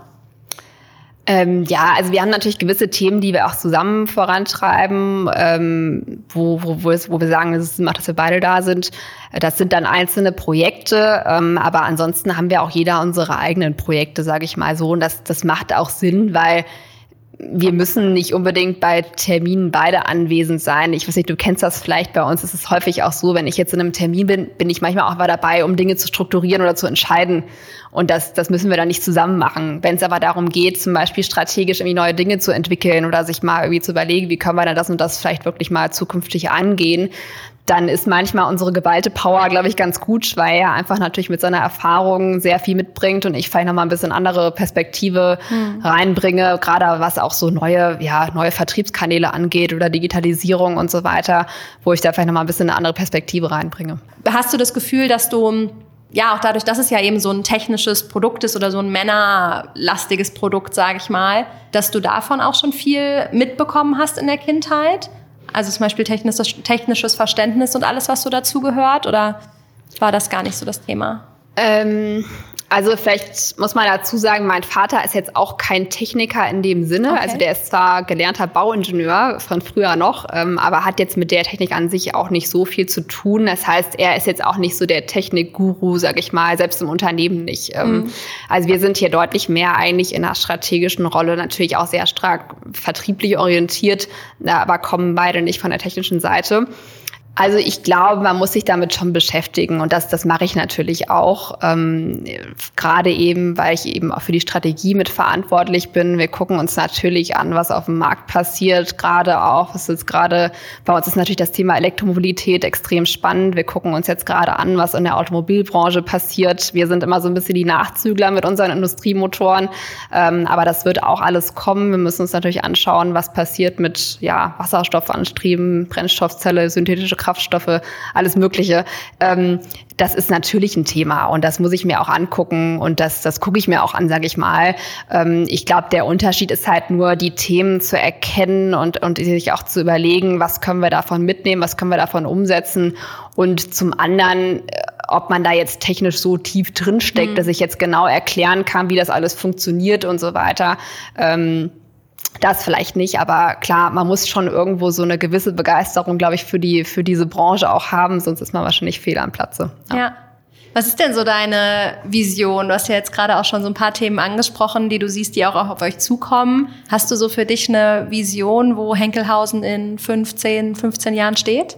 Ja, also wir haben natürlich gewisse Themen, die wir auch zusammen vorantreiben, wo wir sagen, es macht, dass wir beide da sind. Das sind dann einzelne Projekte, aber ansonsten haben wir auch jeder unsere eigenen Projekte, sage ich mal so. Und das macht auch Sinn, weil wir müssen nicht unbedingt bei Terminen beide anwesend sein. Ich weiß nicht, du kennst das vielleicht, bei uns ist es häufig auch so, wenn ich jetzt in einem Termin bin ich manchmal auch mal dabei, um Dinge zu strukturieren oder zu entscheiden. Und das müssen wir dann nicht zusammen machen. Wenn es aber darum geht, zum Beispiel strategisch irgendwie neue Dinge zu entwickeln oder sich mal irgendwie zu überlegen, wie können wir denn das und das vielleicht wirklich mal zukünftig angehen, dann ist manchmal unsere geballte Power, glaube ich, ganz gut, weil er einfach natürlich mit seiner Erfahrung sehr viel mitbringt und ich vielleicht nochmal ein bisschen andere Perspektive reinbringe, gerade was auch so neue Vertriebskanäle angeht oder Digitalisierung und so weiter, wo ich da vielleicht nochmal ein bisschen eine andere Perspektive reinbringe. Hast du das Gefühl, dass du, ja, auch dadurch, dass es ja eben so ein technisches Produkt ist oder so ein männerlastiges Produkt, sage ich mal, dass du davon auch schon viel mitbekommen hast in der Kindheit? Also zum Beispiel technisches Verständnis und alles, was so dazugehört? Oder war das gar nicht so das Thema? Also vielleicht muss man dazu sagen, mein Vater ist jetzt auch kein Techniker in dem Sinne. Okay. Also der ist zwar gelernter Bauingenieur von früher noch, aber hat jetzt mit der Technik an sich auch nicht so viel zu tun. Das heißt, er ist jetzt auch nicht so der Technikguru, sag ich mal, selbst im Unternehmen nicht. Also wir sind hier deutlich mehr eigentlich in einer strategischen Rolle, natürlich auch sehr stark vertrieblich orientiert, aber kommen beide nicht von der technischen Seite. Also ich glaube, man muss sich damit schon beschäftigen und das mache ich natürlich auch, gerade eben, weil ich eben auch für die Strategie mitverantwortlich bin. Wir gucken uns natürlich an, was auf dem Markt passiert, gerade auch, was jetzt gerade, bei uns ist natürlich das Thema Elektromobilität extrem spannend. Wir gucken uns jetzt gerade an, was in der Automobilbranche passiert. Wir sind immer so ein bisschen die Nachzügler mit unseren Industriemotoren, aber das wird auch alles kommen. Wir müssen uns natürlich anschauen, was passiert mit Wasserstoffantrieben, Brennstoffzelle, synthetische Kraftstoffe, alles Mögliche. Das ist natürlich ein Thema und das muss ich mir auch angucken und das gucke ich mir auch an, sage ich mal. Ich glaube, der Unterschied ist halt nur, die Themen zu erkennen und sich auch zu überlegen, was können wir davon mitnehmen, was können wir davon umsetzen und zum anderen, ob man da jetzt technisch so tief drin steckt, dass ich jetzt genau erklären kann, wie das alles funktioniert und so weiter. Das vielleicht nicht, aber klar, man muss schon irgendwo so eine gewisse Begeisterung, glaube ich, für diese Branche auch haben, sonst ist man wahrscheinlich fehl am Platze. Ja. Was ist denn so deine Vision? Du hast ja jetzt gerade auch schon so ein paar Themen angesprochen, die du siehst, die auch auf euch zukommen. Hast du so für dich eine Vision, wo Henkelhausen in 15 Jahren steht?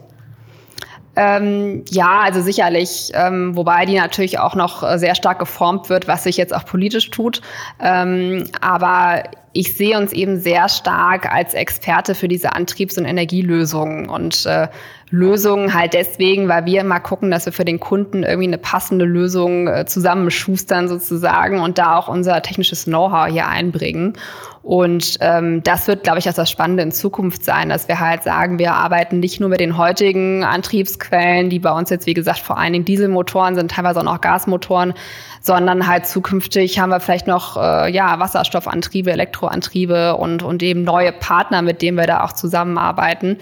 Ja, also sicherlich, wobei die natürlich auch noch sehr stark geformt wird, was sich jetzt auch politisch tut. Aber ich sehe uns eben sehr stark als Experte für diese Antriebs- und Energielösungen und Lösungen halt deswegen, weil wir immer gucken, dass wir für den Kunden irgendwie eine passende Lösung zusammenschustern sozusagen und da auch unser technisches Know-how hier einbringen. Und das wird, glaube ich, auch das Spannende in Zukunft sein, dass wir halt sagen, wir arbeiten nicht nur mit den heutigen Antriebsquellen, die bei uns jetzt, wie gesagt, vor allen Dingen Dieselmotoren sind, teilweise auch noch Gasmotoren, sondern halt zukünftig haben wir vielleicht noch Wasserstoffantriebe, Elektroantriebe und eben neue Partner, mit denen wir da auch zusammenarbeiten.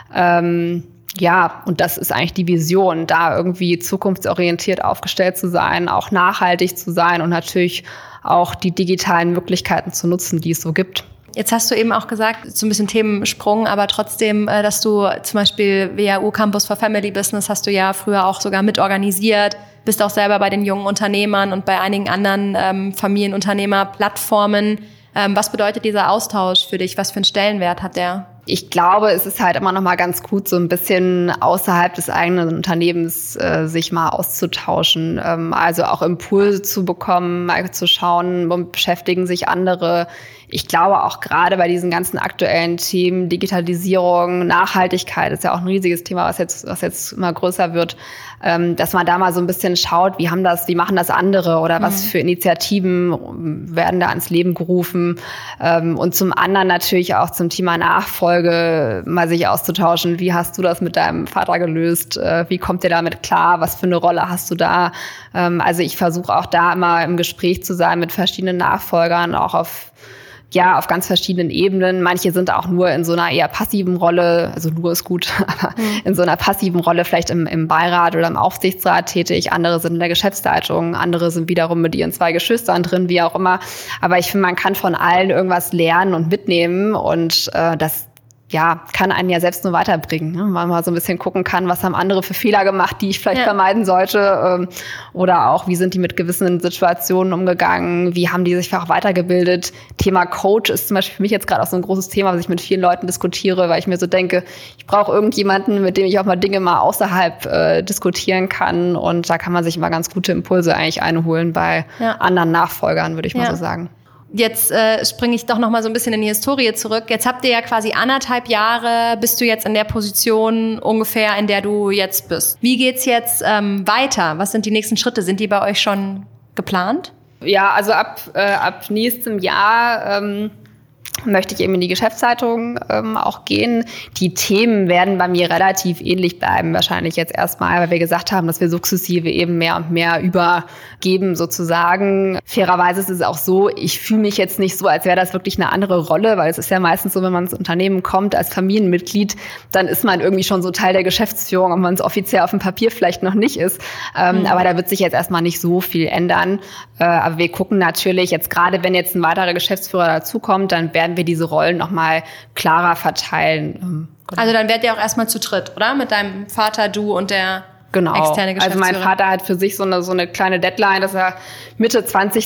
Und das ist eigentlich die Vision, da irgendwie zukunftsorientiert aufgestellt zu sein, auch nachhaltig zu sein und natürlich auch die digitalen Möglichkeiten zu nutzen, die es so gibt. Jetzt hast du eben auch gesagt, so ein bisschen Themensprung, aber trotzdem, dass du zum Beispiel WHU Campus for Family Business hast du ja früher auch sogar mitorganisiert, bist auch selber bei den jungen Unternehmern und bei einigen anderen Familienunternehmer-Plattformen. Was bedeutet dieser Austausch für dich? Was für einen Stellenwert hat der? Ich glaube, es ist halt immer noch mal ganz gut, so ein bisschen außerhalb des eigenen Unternehmens sich mal auszutauschen. Also auch Impulse zu bekommen, mal zu schauen, womit beschäftigen sich andere. Ich glaube auch gerade bei diesen ganzen aktuellen Themen, Digitalisierung, Nachhaltigkeit ist ja auch ein riesiges Thema, was jetzt immer größer wird, dass man da mal so ein bisschen schaut, wie machen das andere oder was für Initiativen werden da ans Leben gerufen. Und zum anderen natürlich auch zum Thema Nachfolge mal sich auszutauschen. Wie hast du das mit deinem Vater gelöst? Wie kommt ihr damit klar? Was für eine Rolle hast du da? Also ich versuche auch da immer im Gespräch zu sein mit verschiedenen Nachfolgern, auch auf ganz verschiedenen Ebenen. Manche sind auch nur in so einer eher passiven Rolle, also nur ist gut, aber in so einer passiven Rolle vielleicht im Beirat oder im Aufsichtsrat tätig. Andere sind in der Geschäftsleitung, andere sind wiederum mit ihren 2 Geschwistern drin, wie auch immer. Aber ich finde, man kann von allen irgendwas lernen und mitnehmen und das kann einen ja selbst nur weiterbringen, ne? Weil man mal so ein bisschen gucken kann, was haben andere für Fehler gemacht, die ich vielleicht vermeiden sollte, oder auch, wie sind die mit gewissen Situationen umgegangen, wie haben die sich auch weitergebildet. Thema Coach ist zum Beispiel für mich jetzt gerade auch so ein großes Thema, was ich mit vielen Leuten diskutiere, weil ich mir so denke, ich brauche irgendjemanden, mit dem ich auch mal Dinge mal außerhalb diskutieren kann, und da kann man sich immer ganz gute Impulse eigentlich einholen bei anderen Nachfolgern, würde ich mal so sagen. Jetzt springe ich doch noch mal so ein bisschen in die Historie zurück. Jetzt habt ihr ja quasi 1,5 Jahre, bist du jetzt in der Position ungefähr, in der du jetzt bist. Wie geht's jetzt weiter? Was sind die nächsten Schritte? Sind die bei euch schon geplant? Ja, also ab nächstem Jahr möchte ich eben in die Geschäftsleitung auch gehen. Die Themen werden bei mir relativ ähnlich bleiben, wahrscheinlich jetzt erstmal, weil wir gesagt haben, dass wir sukzessive eben mehr und mehr übergeben sozusagen. Fairerweise ist es auch so, ich fühle mich jetzt nicht so, als wäre das wirklich eine andere Rolle, weil es ist ja meistens so, wenn man ins Unternehmen kommt als Familienmitglied, dann ist man irgendwie schon so Teil der Geschäftsführung, ob man es offiziell auf dem Papier vielleicht noch nicht ist. Aber da wird sich jetzt erstmal nicht so viel ändern. Aber wir gucken natürlich jetzt gerade, wenn jetzt ein weiterer Geschäftsführer dazukommt, dann werden wir diese Rollen nochmal klarer verteilen. Genau. Also dann werdet ihr auch erstmal zu dritt, oder? Mit deinem Vater, du und der externe Geschäftsführer. Also mein Vater hat für sich so eine kleine Deadline, dass er Mitte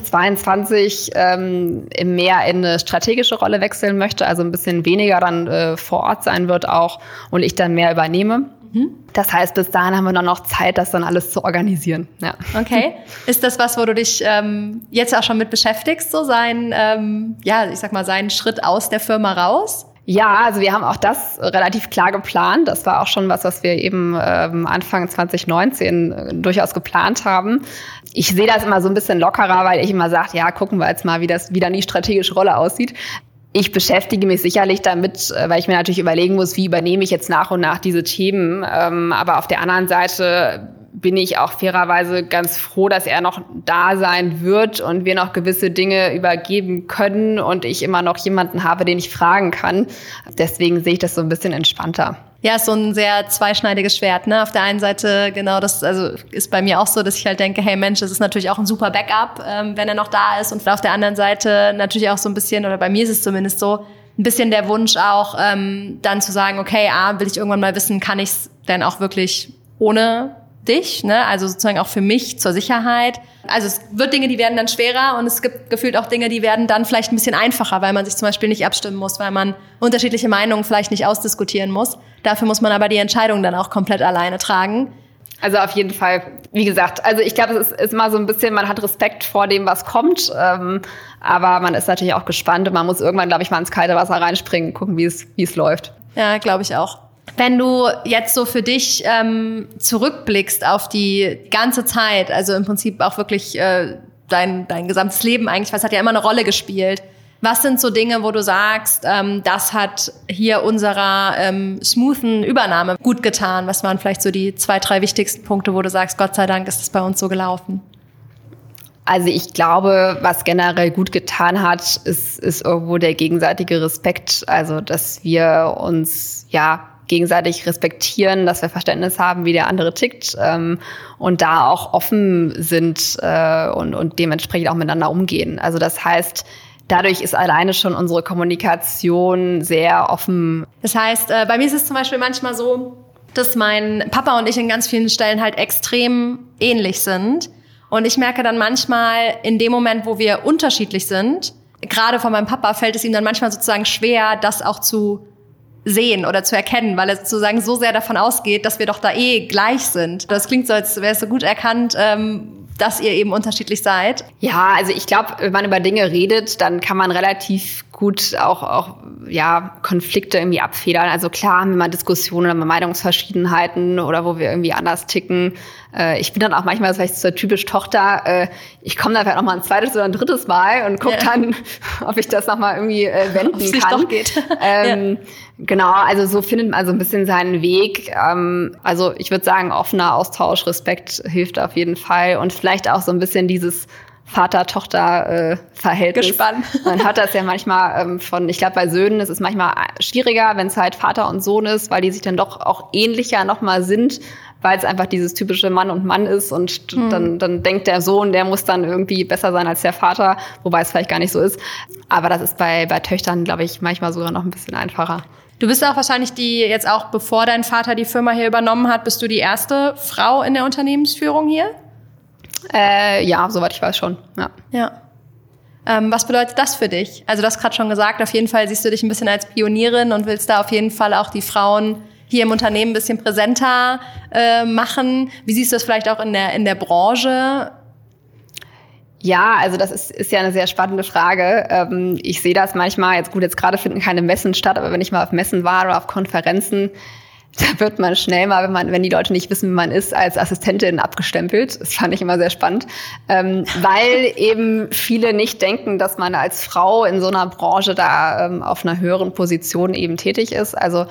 2022 im mehr in eine strategische Rolle wechseln möchte, also ein bisschen weniger dann vor Ort sein wird auch und ich dann mehr übernehme. Das heißt, bis dahin haben wir dann noch Zeit, das dann alles zu organisieren. Ja. Okay. Ist das was, wo du dich jetzt auch schon mit beschäftigst, so seinen Schritt aus der Firma raus? Ja, also wir haben auch das relativ klar geplant. Das war auch schon was wir eben Anfang 2019 durchaus geplant haben. Ich sehe das immer so ein bisschen lockerer, weil ich immer sage, ja, gucken wir jetzt mal, wie dann die strategische Rolle aussieht. Ich beschäftige mich sicherlich damit, weil ich mir natürlich überlegen muss, wie übernehme ich jetzt nach und nach diese Themen. Aber auf der anderen Seite bin ich auch fairerweise ganz froh, dass er noch da sein wird und wir noch gewisse Dinge übergeben können und ich immer noch jemanden habe, den ich fragen kann. Deswegen sehe ich das so ein bisschen entspannter. Ja, ist so ein sehr zweischneidiges Schwert, ne? Auf der einen Seite, genau, das ist bei mir auch so, dass ich halt denke, hey Mensch, das ist natürlich auch ein super Backup, wenn er noch da ist. Und auf der anderen Seite natürlich auch so ein bisschen, oder bei mir ist es zumindest so, ein bisschen der Wunsch auch, dann zu sagen, okay, will ich irgendwann mal wissen, kann ich es denn auch wirklich ohne dich, ne? Also sozusagen auch für mich zur Sicherheit. Also es wird Dinge, die werden dann schwerer und es gibt gefühlt auch Dinge, die werden dann vielleicht ein bisschen einfacher, weil man sich zum Beispiel nicht abstimmen muss, weil man unterschiedliche Meinungen vielleicht nicht ausdiskutieren muss. Dafür muss man aber die Entscheidung dann auch komplett alleine tragen. Also auf jeden Fall, wie gesagt, also ich glaube, es ist immer so ein bisschen, man hat Respekt vor dem, was kommt, aber man ist natürlich auch gespannt und man muss irgendwann, glaube ich, mal ins kalte Wasser reinspringen, gucken, wie es läuft. Ja, glaube ich auch. Wenn du jetzt so für dich zurückblickst auf die ganze Zeit, also im Prinzip auch wirklich dein gesamtes Leben eigentlich, was hat ja immer eine Rolle gespielt. Was sind so Dinge, wo du sagst, das hat hier unserer smoothen Übernahme gut getan? Was waren vielleicht so die 2, 3 wichtigsten Punkte, wo du sagst, Gott sei Dank ist es bei uns so gelaufen? Also ich glaube, was generell gut getan hat, ist irgendwo der gegenseitige Respekt. Also dass wir uns gegenseitig respektieren, dass wir Verständnis haben, wie der andere tickt und da auch offen sind und dementsprechend auch miteinander umgehen. Also das heißt, dadurch ist alleine schon unsere Kommunikation sehr offen. Das heißt, bei mir ist es zum Beispiel manchmal so, dass mein Papa und ich in ganz vielen Stellen halt extrem ähnlich sind. Und ich merke dann manchmal in dem Moment, wo wir unterschiedlich sind, gerade von meinem Papa fällt es ihm dann manchmal sozusagen schwer, das auch zu sehen oder zu erkennen, weil es sozusagen so sehr davon ausgeht, dass wir doch da gleich sind. Das klingt so, als wäre es so gut erkannt, dass ihr eben unterschiedlich seid. Ja, also ich glaube, wenn man über Dinge redet, dann kann man relativ gut auch Konflikte irgendwie abfedern. Also klar haben wir mal Diskussionen oder mal Meinungsverschiedenheiten oder wo wir irgendwie anders ticken. Ich bin dann auch manchmal vielleicht so typisch Tochter. Ich komme da vielleicht noch mal ein zweites oder ein drittes Mal und gucke dann, ob ich das noch mal irgendwie wenden kann. Doch geht. Genau, also so findet man so ein bisschen seinen Weg. Also ich würde sagen, offener Austausch, Respekt hilft auf jeden Fall und vielleicht auch so ein bisschen dieses Vater-Tochter-Verhältnis. Gespannt. Man hat das ja manchmal ich glaube bei Söhnen ist es manchmal schwieriger, wenn es halt Vater und Sohn ist, weil die sich dann doch auch ähnlicher nochmal sind, weil es einfach dieses typische Mann und Mann ist und dann denkt der Sohn, der muss dann irgendwie besser sein als der Vater, wobei es vielleicht gar nicht so ist. Aber das ist bei Töchtern, glaube ich, manchmal sogar noch ein bisschen einfacher. Du bist auch wahrscheinlich jetzt auch, bevor dein Vater die Firma hier übernommen hat, bist du die erste Frau in der Unternehmensführung hier? Ja, soweit ich weiß schon, ja. Was bedeutet das für dich? Also du hast gerade schon gesagt, auf jeden Fall siehst du dich ein bisschen als Pionierin und willst da auf jeden Fall auch die Frauen hier im Unternehmen ein bisschen präsenter machen. Wie siehst du das vielleicht auch in der Branche? Ja, also das ist ja eine sehr spannende Frage. Ich sehe das manchmal, jetzt gerade finden keine Messen statt, aber wenn ich mal auf Messen war oder auf Konferenzen, da wird man schnell mal, wenn die Leute nicht wissen, wie man ist, als Assistentin abgestempelt. Das fand ich immer sehr spannend, weil eben viele nicht denken, dass man als Frau in so einer Branche da auf einer höheren Position eben tätig ist. Also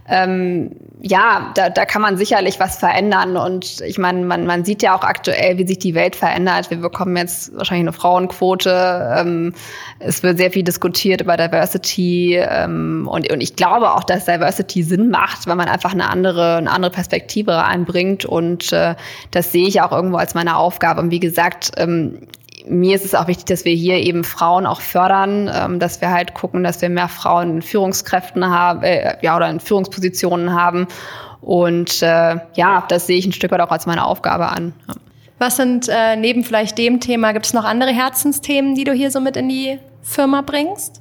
da kann man sicherlich was verändern. Und ich meine, man sieht ja auch aktuell, wie sich die Welt verändert. Wir bekommen jetzt wahrscheinlich eine Frauenquote. Es wird sehr viel diskutiert über Diversity. Und ich glaube auch, dass Diversity Sinn macht, weil man einfach eine andere Perspektive einbringt. Und das sehe ich auch irgendwo als meine Aufgabe. Und wie gesagt, mir ist es auch wichtig, dass wir hier eben Frauen auch fördern, dass wir halt gucken, dass wir mehr Frauen in Führungskräften haben, oder in Führungspositionen haben. Und das sehe ich ein Stück weit auch als meine Aufgabe an. Ja. Was sind neben vielleicht dem Thema, gibt es noch andere Herzensthemen, die du hier so mit in die Firma bringst?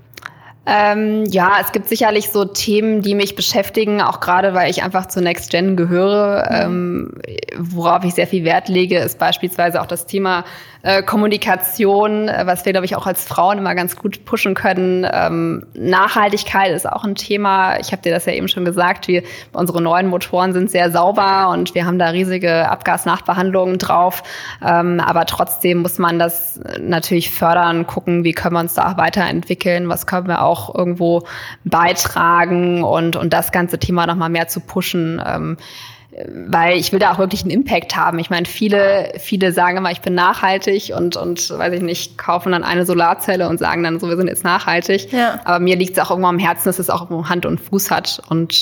Es gibt sicherlich so Themen, die mich beschäftigen, auch gerade, weil ich einfach zur Next Gen gehöre. Worauf ich sehr viel Wert lege, ist beispielsweise auch das Thema Kommunikation, was wir, glaube ich, auch als Frauen immer ganz gut pushen können. Nachhaltigkeit ist auch ein Thema. Ich habe dir das ja eben schon gesagt. Unsere neuen Motoren sind sehr sauber und wir haben da riesige Abgasnachbehandlungen drauf. Aber trotzdem muss man das natürlich fördern, gucken, wie können wir uns da auch weiterentwickeln, was können wir auch irgendwo beitragen und das ganze Thema nochmal mehr zu pushen. Weil ich will da auch wirklich einen Impact haben. Ich meine, viele sagen immer, ich bin nachhaltig und weiß ich nicht, kaufen dann eine Solarzelle und sagen dann so, wir sind jetzt nachhaltig. Ja. Aber mir liegt es auch irgendwo am Herzen, dass es auch Hand und Fuß hat und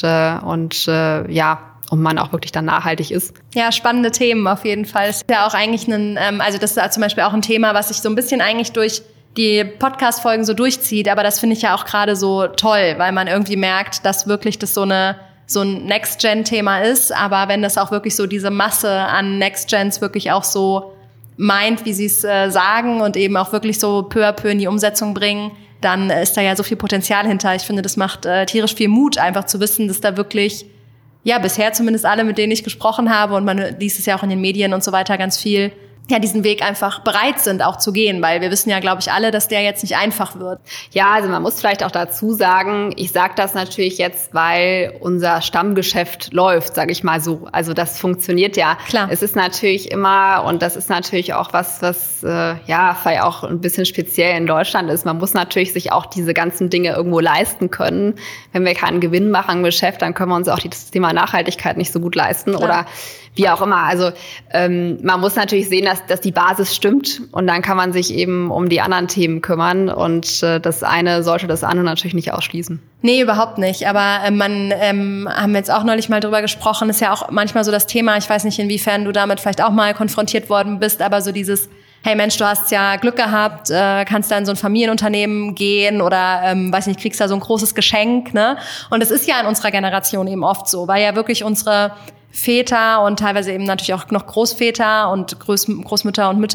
man auch wirklich dann nachhaltig ist. Ja, spannende Themen auf jeden Fall. Das ist ja auch eigentlich das ist zum Beispiel auch ein Thema, was sich so ein bisschen eigentlich durch die Podcast-Folgen so durchzieht. Aber das finde ich ja auch gerade so toll, weil man irgendwie merkt, dass wirklich das so ein Next-Gen-Thema ist, aber wenn das auch wirklich so diese Masse an Next-Gens wirklich auch so meint, wie sie es sagen und eben auch wirklich so peu à peu in die Umsetzung bringen, dann ist da ja so viel Potenzial hinter. Ich finde, das macht tierisch viel Mut, einfach zu wissen, dass da wirklich, ja, bisher zumindest alle, mit denen ich gesprochen habe, und man liest es ja auch in den Medien und so weiter ganz viel, ja, diesen Weg einfach bereit sind, auch zu gehen, weil wir wissen ja, glaube ich, alle, dass der jetzt nicht einfach wird. Ja, also man muss vielleicht auch dazu sagen, ich sage das natürlich jetzt, weil unser Stammgeschäft läuft, sage ich mal so. Also das funktioniert ja. Klar. Es ist natürlich immer, und das ist natürlich auch was vielleicht auch ein bisschen speziell in Deutschland ist, man muss natürlich sich auch diese ganzen Dinge irgendwo leisten können. Wenn wir keinen Gewinn machen im Geschäft, dann können wir uns auch das Thema Nachhaltigkeit nicht so gut leisten. Klar. Oder wie auch immer. Also man muss natürlich sehen, dass die Basis stimmt und dann kann man sich eben um die anderen Themen kümmern und das eine sollte das andere natürlich nicht ausschließen. Nee, überhaupt nicht. Aber haben jetzt auch neulich mal drüber gesprochen, ist ja auch manchmal so das Thema, ich weiß nicht, inwiefern du damit vielleicht auch mal konfrontiert worden bist, aber so dieses, hey Mensch, du hast ja Glück gehabt, kannst da in so ein Familienunternehmen gehen oder, kriegst da so ein großes Geschenk, ne? Und es ist ja in unserer Generation eben oft so, weil ja wirklich unsere Väter und teilweise eben natürlich auch noch Großväter und Großmütter und Mütter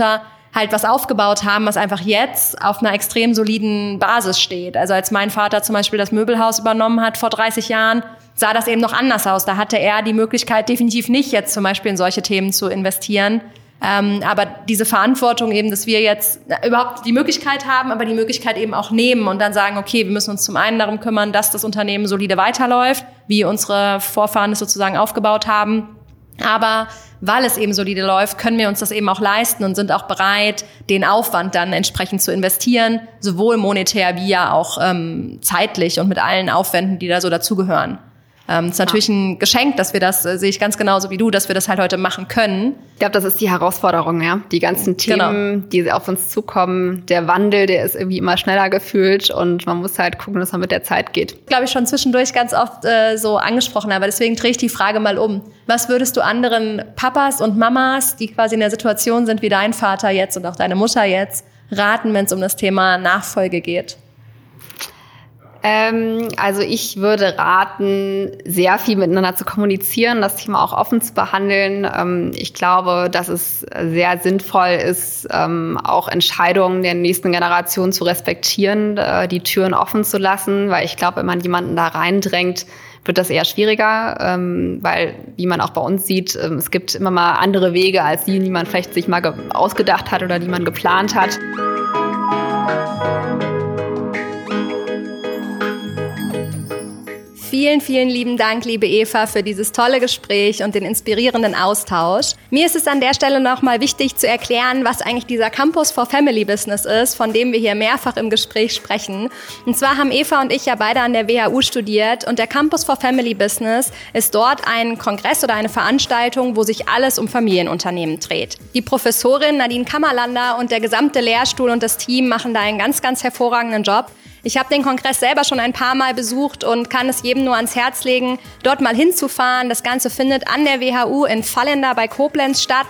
halt was aufgebaut haben, was einfach jetzt auf einer extrem soliden Basis steht. Also als mein Vater zum Beispiel das Möbelhaus übernommen hat vor 30 Jahren, sah das eben noch anders aus. Da hatte er die Möglichkeit definitiv nicht, jetzt zum Beispiel in solche Themen zu investieren. Aber diese Verantwortung eben, dass wir jetzt überhaupt die Möglichkeit haben, aber die Möglichkeit eben auch nehmen und dann sagen, okay, wir müssen uns zum einen darum kümmern, dass das Unternehmen solide weiterläuft, wie unsere Vorfahren es sozusagen aufgebaut haben. Aber weil es eben solide läuft, können wir uns das eben auch leisten und sind auch bereit, den Aufwand dann entsprechend zu investieren, sowohl monetär wie ja auch zeitlich und mit allen Aufwänden, die da so dazugehören. Ist natürlich ein Geschenk, dass wir das, sehe ich ganz genauso wie du, dass wir das halt heute machen können. Ich glaube, das ist die Herausforderung, ja. Die ganzen Themen, die auf uns zukommen, der Wandel, der ist irgendwie immer schneller gefühlt und man muss halt gucken, dass man mit der Zeit geht. Glaube ich schon zwischendurch ganz oft so angesprochen, aber deswegen drehe ich die Frage mal um. Was würdest du anderen Papas und Mamas, die quasi in der Situation sind wie dein Vater jetzt und auch deine Mutter jetzt, raten, wenn es um das Thema Nachfolge geht? Also ich würde raten, sehr viel miteinander zu kommunizieren, das Thema auch offen zu behandeln. Ich glaube, dass es sehr sinnvoll ist, auch Entscheidungen der nächsten Generation zu respektieren, die Türen offen zu lassen, weil ich glaube, wenn man jemanden da reindrängt, wird das eher schwieriger, weil, wie man auch bei uns sieht, es gibt immer mal andere Wege als die man vielleicht sich mal ausgedacht hat oder die man geplant hat. Vielen, vielen lieben Dank, liebe Eva, für dieses tolle Gespräch und den inspirierenden Austausch. Mir ist es an der Stelle nochmal wichtig zu erklären, was eigentlich dieser Campus for Family Business ist, von dem wir hier mehrfach im Gespräch sprechen. Und zwar haben Eva und ich ja beide an der WHU studiert und der Campus for Family Business ist dort ein Kongress oder eine Veranstaltung, wo sich alles um Familienunternehmen dreht. Die Professorin Nadine Kammerlander und der gesamte Lehrstuhl und das Team machen da einen ganz, ganz hervorragenden Job. Ich habe den Kongress selber schon ein paar Mal besucht und kann es jedem nur ans Herz legen, dort mal hinzufahren. Das Ganze findet an der WHU in Vallenda bei Koblenz statt.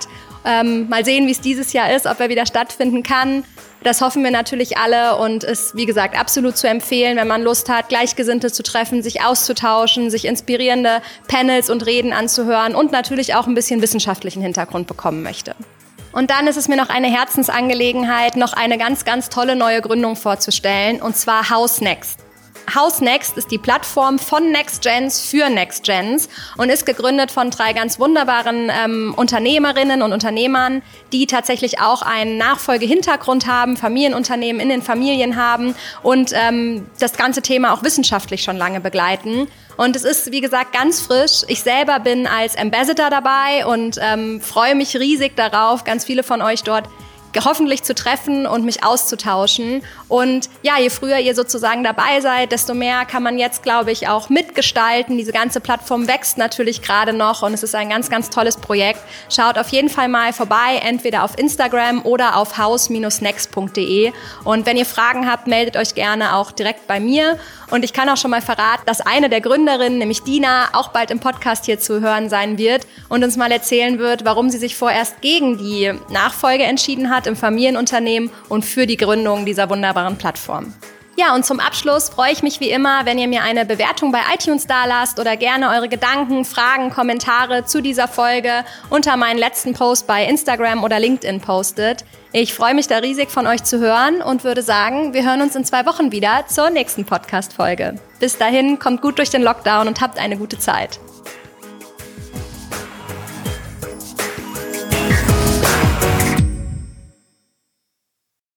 Mal sehen, wie es dieses Jahr ist, ob er wieder stattfinden kann. Das hoffen wir natürlich alle und ist, wie gesagt, absolut zu empfehlen, wenn man Lust hat, Gleichgesinnte zu treffen, sich auszutauschen, sich inspirierende Panels und Reden anzuhören und natürlich auch ein bisschen wissenschaftlichen Hintergrund bekommen möchte. Und dann ist es mir noch eine Herzensangelegenheit, noch eine ganz, ganz tolle neue Gründung vorzustellen, und zwar House Next. House Next ist die Plattform von NextGens für NextGens und ist gegründet von 3 ganz wunderbaren Unternehmerinnen und Unternehmern, die tatsächlich auch einen Nachfolgehintergrund haben, Familienunternehmen in den Familien haben und das ganze Thema auch wissenschaftlich schon lange begleiten. Und es ist, wie gesagt, ganz frisch. Ich selber bin als Ambassador dabei und freue mich riesig darauf, ganz viele von euch dort hoffentlich zu treffen und mich auszutauschen. Und ja, je früher ihr sozusagen dabei seid, desto mehr kann man jetzt, glaube ich, auch mitgestalten. Diese ganze Plattform wächst natürlich gerade noch und es ist ein ganz, ganz tolles Projekt. Schaut auf jeden Fall mal vorbei, entweder auf Instagram oder auf house-next.de. Und wenn ihr Fragen habt, meldet euch gerne auch direkt bei mir. Und ich kann auch schon mal verraten, dass eine der Gründerinnen, nämlich Dina, auch bald im Podcast hier zu hören sein wird und uns mal erzählen wird, warum sie sich vorerst gegen die Nachfolge entschieden hat im Familienunternehmen und für die Gründung dieser wunderbaren Plattform. Ja, und zum Abschluss freue ich mich wie immer, wenn ihr mir eine Bewertung bei iTunes dalasst oder gerne eure Gedanken, Fragen, Kommentare zu dieser Folge unter meinen letzten Post bei Instagram oder LinkedIn postet. Ich freue mich da riesig von euch zu hören und würde sagen, wir hören uns in 2 Wochen wieder zur nächsten Podcast-Folge. Bis dahin, kommt gut durch den Lockdown und habt eine gute Zeit.